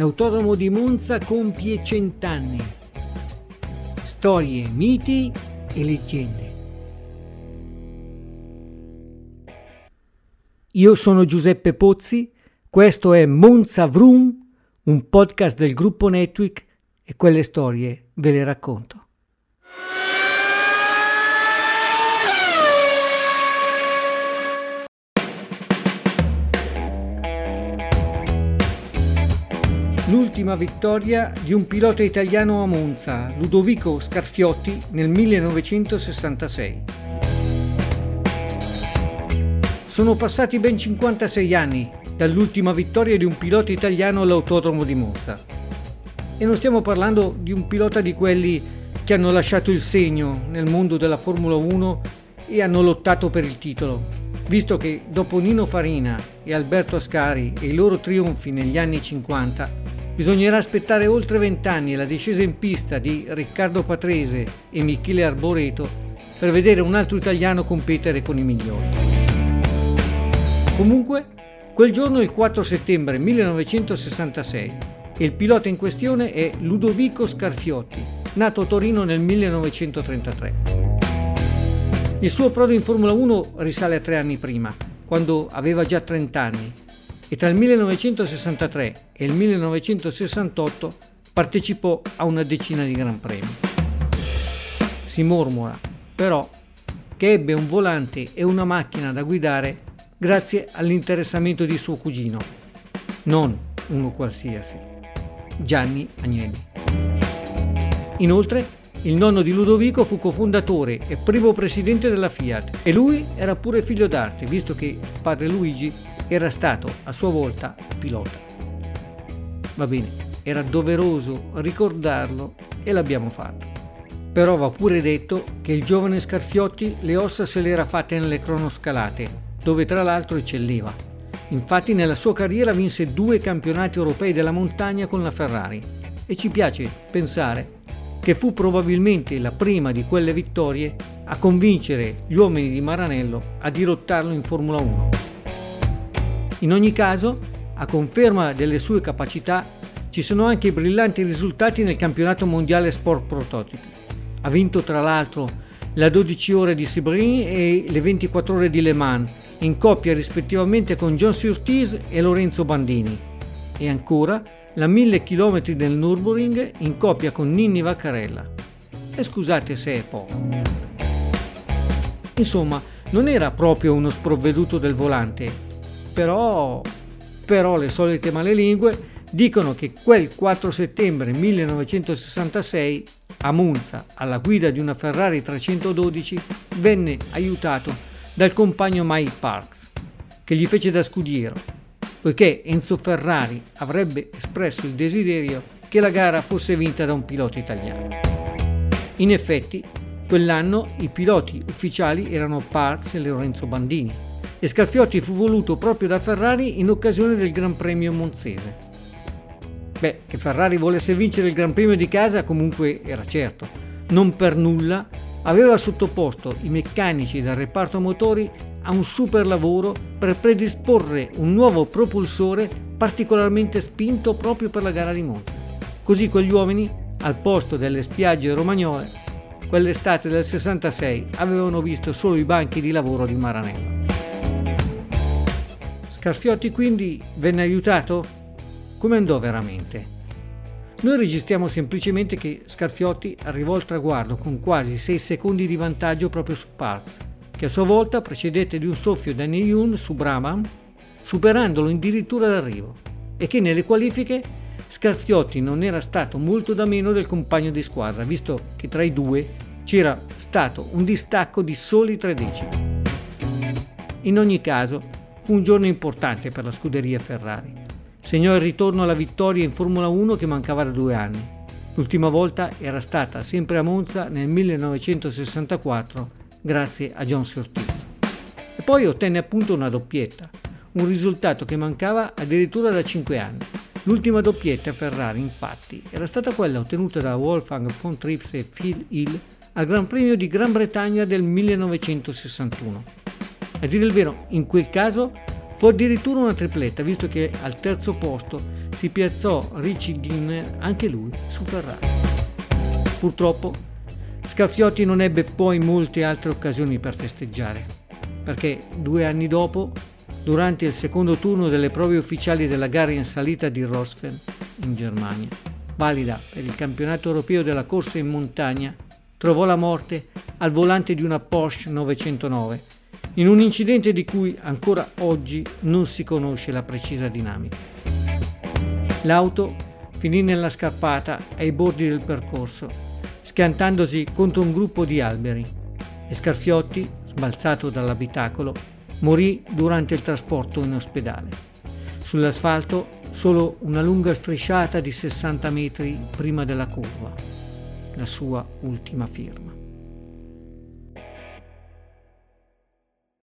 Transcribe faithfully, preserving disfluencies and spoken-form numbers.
L'autodromo di Monza compie cent'anni. Storie, miti e leggende. Io sono Giuseppe Pozzi, questo è Monza Vroom, un podcast del gruppo Netweek e quelle storie ve le racconto. L'ultima vittoria di un pilota italiano a Monza, Ludovico Scarfiotti, nel millenovecentosessantasei. Sono passati ben cinquantasei anni dall'ultima vittoria di un pilota italiano all'autodromo di Monza. E non stiamo parlando di un pilota di quelli che hanno lasciato il segno nel mondo della Formula uno e hanno lottato per il titolo, visto che dopo Nino Farina e Alberto Ascari e i loro trionfi negli anni cinquanta, bisognerà aspettare oltre vent'anni e la discesa in pista di Riccardo Patrese e Michele Arboreto per vedere un altro italiano competere con i migliori. Comunque, quel giorno è il quattro settembre millenovecentosessantasei e il pilota in questione è Ludovico Scarfiotti, nato a Torino nel millenovecentotrentatré. Il suo approdo in Formula uno risale a tre anni prima, quando aveva già trenta anni, e tra il millenovecentosessantatré e il millenovecentosessantotto partecipò a una decina di Gran Premi. Si mormora, però, che ebbe un volante e una macchina da guidare grazie all'interessamento di suo cugino, non uno qualsiasi, Gianni Agnelli. Inoltre, il nonno di Ludovico fu cofondatore e primo presidente della Fiat e lui era pure figlio d'arte, visto che padre Luigi era stato a sua volta pilota. Va bene, era doveroso ricordarlo e l'abbiamo fatto. Però va pure detto che il giovane Scarfiotti le ossa se le era fatte nelle cronoscalate, dove tra l'altro eccelleva. Infatti nella sua carriera vinse due campionati europei della montagna con la Ferrari e ci piace pensare che fu probabilmente la prima di quelle vittorie a convincere gli uomini di Maranello a dirottarlo in Formula uno. In ogni caso, a conferma delle sue capacità, ci sono anche i brillanti risultati nel campionato mondiale sport prototipi. Ha vinto tra l'altro la dodici ore di Sebring e le ventiquattro ore di Le Mans, in coppia rispettivamente con John Surtees e Lorenzo Bandini, e ancora la mille chilometri del Nürburgring in coppia con Ninni Vaccarella. E scusate se è poco. Insomma, non era proprio uno sprovveduto del volante, però, però le solite malelingue dicono che quel quattro settembre millenovecentosessantasei a Monza, alla guida di una Ferrari trecentododici, venne aiutato dal compagno Mike Parks, che gli fece da scudiero, poiché Enzo Ferrari avrebbe espresso il desiderio che la gara fosse vinta da un pilota italiano. In effetti, quell'anno i piloti ufficiali erano Parks e Lorenzo Bandini, e Scarfiotti fu voluto proprio da Ferrari in occasione del Gran Premio monzese. Beh, che Ferrari volesse vincere il Gran Premio di casa comunque era certo. Non per nulla aveva sottoposto i meccanici del reparto motori a un super lavoro per predisporre un nuovo propulsore particolarmente spinto proprio per la gara di Monza. Così quegli uomini, al posto delle spiagge romagnole, quell'estate del sessantasei avevano visto solo i banchi di lavoro di Maranello. Scarfiotti quindi venne aiutato? Come andò veramente? Noi registriamo semplicemente che Scarfiotti arrivò al traguardo con quasi sei secondi di vantaggio proprio su Parks, che a sua volta precedette di un soffio Danny Hulme su Brabham, superandolo addirittura d'arrivo, e che nelle qualifiche Scarfiotti non era stato molto da meno del compagno di squadra, visto che tra i due c'era stato un distacco di soli tre decimi. In ogni caso, fu un giorno importante per la scuderia Ferrari. Segnò il ritorno alla vittoria in Formula uno che mancava da due anni. L'ultima volta era stata sempre a Monza nel millenovecentosessantaquattro grazie a John Surtees. E poi ottenne appunto una doppietta, un risultato che mancava addirittura da cinque anni. L'ultima doppietta Ferrari, infatti, era stata quella ottenuta da Wolfgang von Trips e Phil Hill al Gran Premio di Gran Bretagna del millenovecentosessantuno. A dire il vero, in quel caso fu addirittura una tripletta, visto che al terzo posto si piazzò Richie Gilmer, anche lui, su Ferrari. Purtroppo Scarfiotti non ebbe poi molte altre occasioni per festeggiare, perché due anni dopo, durante il secondo turno delle prove ufficiali della gara in salita di Rosfeld, in Germania, valida per il campionato europeo della corsa in montagna, trovò la morte al volante di una Porsche novecentonove, in un incidente di cui ancora oggi non si conosce la precisa dinamica. L'auto finì nella scarpata ai bordi del percorso, schiantandosi contro un gruppo di alberi, e Scarfiotti, sbalzato dall'abitacolo, morì durante il trasporto in ospedale. Sull'asfalto solo una lunga strisciata di sessanta metri prima della curva, la sua ultima firma.